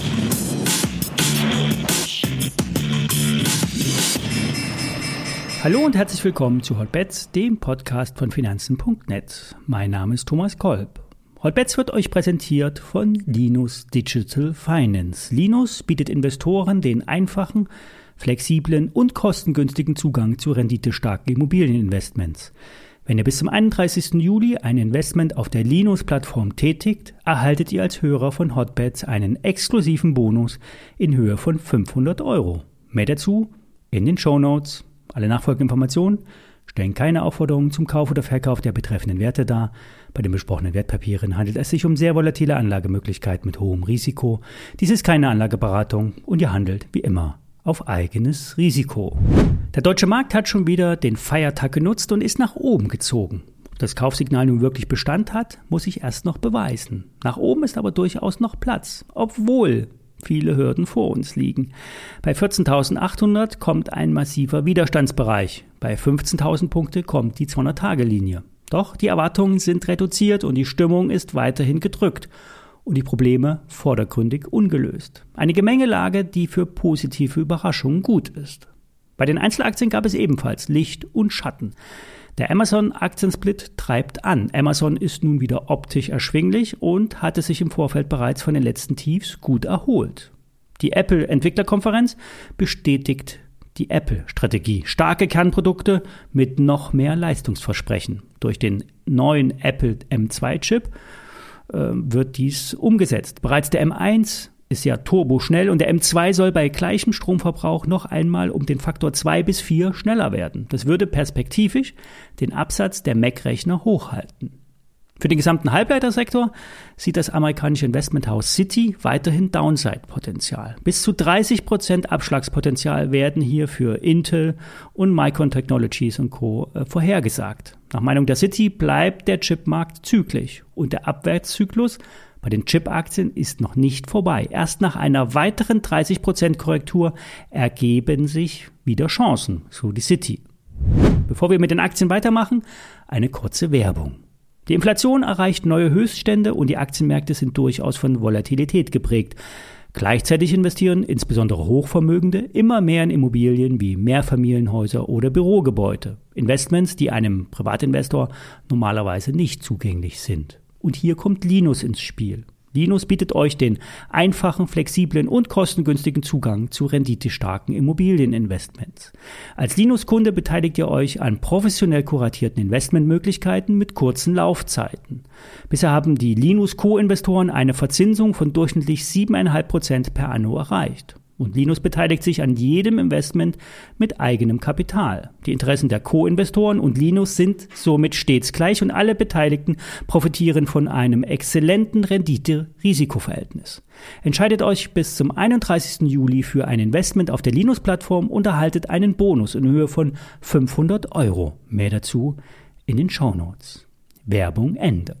Hallo und herzlich willkommen zu Hotbets, dem Podcast von Finanzen.net. Mein Name ist Thomas Kolb. Hotbets wird euch präsentiert von Linus Digital Finance. Linus bietet Investoren den einfachen, flexiblen und kostengünstigen Zugang zu renditestarken Immobilieninvestments. Wenn ihr bis zum 31. Juli ein Investment auf der Linus-Plattform tätigt, erhaltet ihr als Hörer von Hotbets einen exklusiven Bonus in Höhe von 500 €. Mehr dazu in den Shownotes. Alle nachfolgenden Informationen stellen keine Aufforderungen zum Kauf oder Verkauf der betreffenden Werte dar. Bei den besprochenen Wertpapieren handelt es sich um sehr volatile Anlagemöglichkeiten mit hohem Risiko. Dies ist keine Anlageberatung und ihr handelt wie immer auf eigenes Risiko. Der deutsche Markt hat schon wieder den Feiertag genutzt und ist nach oben gezogen. Ob das Kaufsignal nun wirklich Bestand hat, muss ich erst noch beweisen. Nach oben ist aber durchaus noch Platz, obwohl viele Hürden vor uns liegen. Bei 14.800 kommt ein massiver Widerstandsbereich. Bei 15.000 Punkte kommt die 200-Tage-Linie. Doch die Erwartungen sind reduziert und die Stimmung ist weiterhin gedrückt und die Probleme vordergründig ungelöst. Eine Gemengelage, die für positive Überraschungen gut ist. Bei den Einzelaktien gab es ebenfalls Licht und Schatten. Der Amazon-Aktiensplit treibt an. Amazon ist nun wieder optisch erschwinglich und hatte sich im Vorfeld bereits von den letzten Tiefs gut erholt. Die Apple-Entwicklerkonferenz bestätigt die Apple-Strategie. Starke Kernprodukte mit noch mehr Leistungsversprechen. Durch den neuen Apple M2-Chip wird dies umgesetzt. Bereits der M1 ist ja turboschnell und der M2 soll bei gleichem Stromverbrauch noch einmal um den Faktor 2 bis 4 schneller werden. Das würde perspektivisch den Absatz der Mac-Rechner hochhalten. Für den gesamten Halbleitersektor sieht das amerikanische Investmenthaus Citi weiterhin Downside-Potenzial. Bis zu 30% Abschlagspotenzial werden hier für Intel und Micron Technologies und Co. vorhergesagt. Nach Meinung der Citi bleibt der Chipmarkt zyklisch und der Abwärtszyklus bei den Chip-Aktien ist noch nicht vorbei. Erst nach einer weiteren 30% Korrektur ergeben sich wieder Chancen, so die Citi. Bevor wir mit den Aktien weitermachen, eine kurze Werbung. Die Inflation erreicht neue Höchststände und die Aktienmärkte sind durchaus von Volatilität geprägt. Gleichzeitig investieren insbesondere Hochvermögende immer mehr in Immobilien wie Mehrfamilienhäuser oder Bürogebäude. Investments, die einem Privatinvestor normalerweise nicht zugänglich sind. Und hier kommt Linus ins Spiel. Linus bietet euch den einfachen, flexiblen und kostengünstigen Zugang zu renditestarken Immobilieninvestments. Als Linus-Kunde beteiligt ihr euch an professionell kuratierten Investmentmöglichkeiten mit kurzen Laufzeiten. Bisher haben die Linus-Co-Investoren eine Verzinsung von durchschnittlich 7,5% per anno erreicht. Und Linus beteiligt sich an jedem Investment mit eigenem Kapital. Die Interessen der Co-Investoren und Linus sind somit stets gleich und alle Beteiligten profitieren von einem exzellenten Rendite-Risikoverhältnis. Entscheidet euch bis zum 31. Juli für ein Investment auf der Linus-Plattform und erhaltet einen Bonus in Höhe von 500 €. Mehr dazu in den Shownotes. Werbung Ende.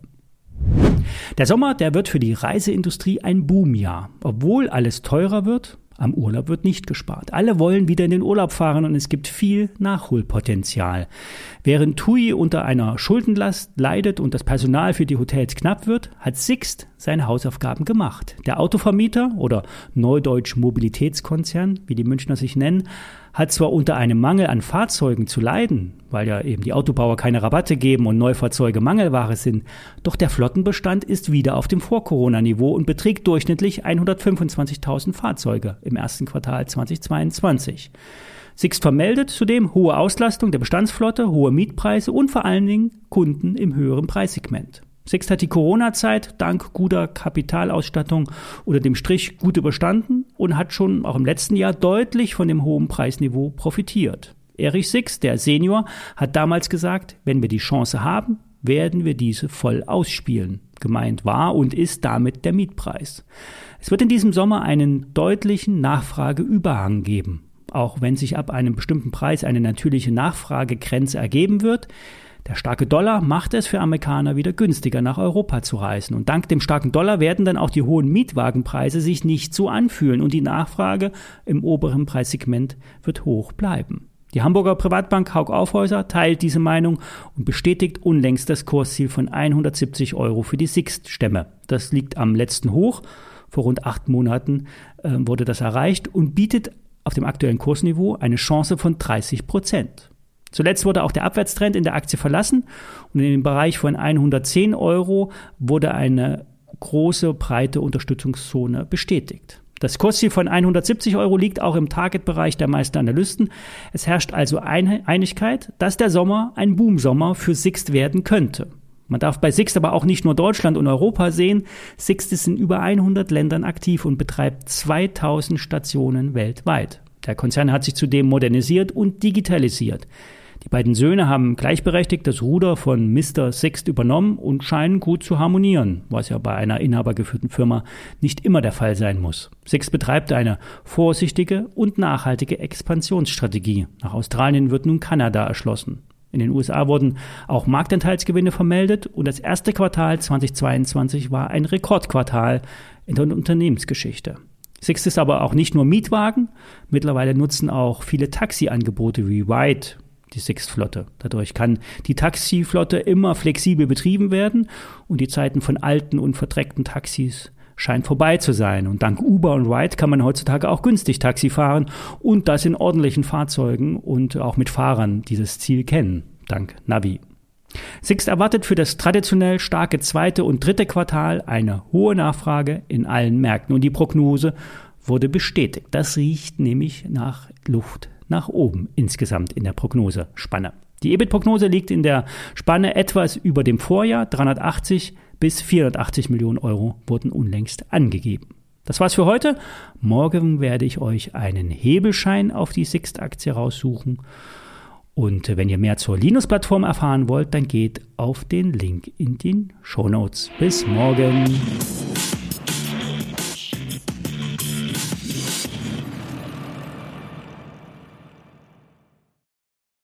Der Sommer, der wird für die Reiseindustrie ein Boomjahr. Obwohl alles teurer wird, am Urlaub wird nicht gespart. Alle wollen wieder in den Urlaub fahren und es gibt viel Nachholpotenzial. Während TUI unter einer Schuldenlast leidet und das Personal für die Hotels knapp wird, hat Sixt seine Hausaufgaben gemacht. Der Autovermieter oder Neudeutsch Mobilitätskonzern, wie die Münchner sich nennen, hat zwar unter einem Mangel an Fahrzeugen zu leiden, weil ja eben die Autobauer keine Rabatte geben und Neufahrzeuge Mangelware sind, doch der Flottenbestand ist wieder auf dem Vor-Corona-Niveau und beträgt durchschnittlich 125.000 Fahrzeuge im ersten Quartal 2022. Sixt vermeldet zudem hohe Auslastung der Bestandsflotte, hohe Mietpreise und vor allen Dingen Kunden im höheren Preissegment. Sixt hat die Corona-Zeit dank guter Kapitalausstattung unter dem Strich gut überstanden und hat schon auch im letzten Jahr deutlich von dem hohen Preisniveau profitiert. Erich Sixt, der Senior, hat damals gesagt, wenn wir die Chance haben, werden wir diese voll ausspielen. Gemeint war und ist damit der Mietpreis. Es wird in diesem Sommer einen deutlichen Nachfrageüberhang geben. Auch wenn sich ab einem bestimmten Preis eine natürliche Nachfragegrenze ergeben wird, der starke Dollar macht es für Amerikaner wieder günstiger, nach Europa zu reisen. Und dank dem starken Dollar werden dann auch die hohen Mietwagenpreise sich nicht so anfühlen und die Nachfrage im oberen Preissegment wird hoch bleiben. Die Hamburger Privatbank Hauck Aufhäuser teilt diese Meinung und bestätigt unlängst das Kursziel von 170 € für die Sixt-Stämme. Das liegt am letzten Hoch Vor rund 8 Monaten wurde das erreicht und bietet auf dem aktuellen Kursniveau eine Chance von 30%. Zuletzt wurde auch der Abwärtstrend in der Aktie verlassen und in dem Bereich von 110 € wurde eine große, breite Unterstützungszone bestätigt. Das Kursziel von 170 € liegt auch im Targetbereich der meisten Analysten. Es herrscht also Einigkeit, dass der Sommer ein Boomsommer für Sixt werden könnte. Man darf bei Sixt aber auch nicht nur Deutschland und Europa sehen. Sixt ist in über 100 Ländern aktiv und betreibt 2000 Stationen weltweit. Der Konzern hat sich zudem modernisiert und digitalisiert. Die beiden Söhne haben gleichberechtigt das Ruder von Mr. Sixt übernommen und scheinen gut zu harmonieren, was ja bei einer inhabergeführten Firma nicht immer der Fall sein muss. Sixt betreibt eine vorsichtige und nachhaltige Expansionsstrategie. Nach Australien wird nun Kanada erschlossen. In den USA wurden auch Marktanteilsgewinne vermeldet und das erste Quartal 2022 war ein Rekordquartal in der Unternehmensgeschichte. Sixt ist aber auch nicht nur Mietwagen. Mittlerweile nutzen auch viele Taxiangebote wie Ride die Sixt-Flotte. Dadurch kann die Taxiflotte immer flexibel betrieben werden und die Zeiten von alten und verdreckten Taxis scheinen vorbei zu sein. Und dank Uber und Ride kann man heutzutage auch günstig Taxi fahren und das in ordentlichen Fahrzeugen und auch mit Fahrern dieses Ziel kennen, dank Navi. Sixt erwartet für das traditionell starke zweite und dritte Quartal eine hohe Nachfrage in allen Märkten und die Prognose wurde bestätigt. Das riecht nämlich nach Luft nach oben insgesamt in der Prognosespanne. Die EBIT-Prognose liegt in der Spanne etwas über dem Vorjahr. 380 bis 480 Millionen € wurden unlängst angegeben. Das war's für heute. Morgen werde ich euch einen Hebelschein auf die Sixt-Aktie raussuchen. Und wenn ihr mehr zur Linus-Plattform erfahren wollt, dann geht auf den Link in den Shownotes. Bis morgen.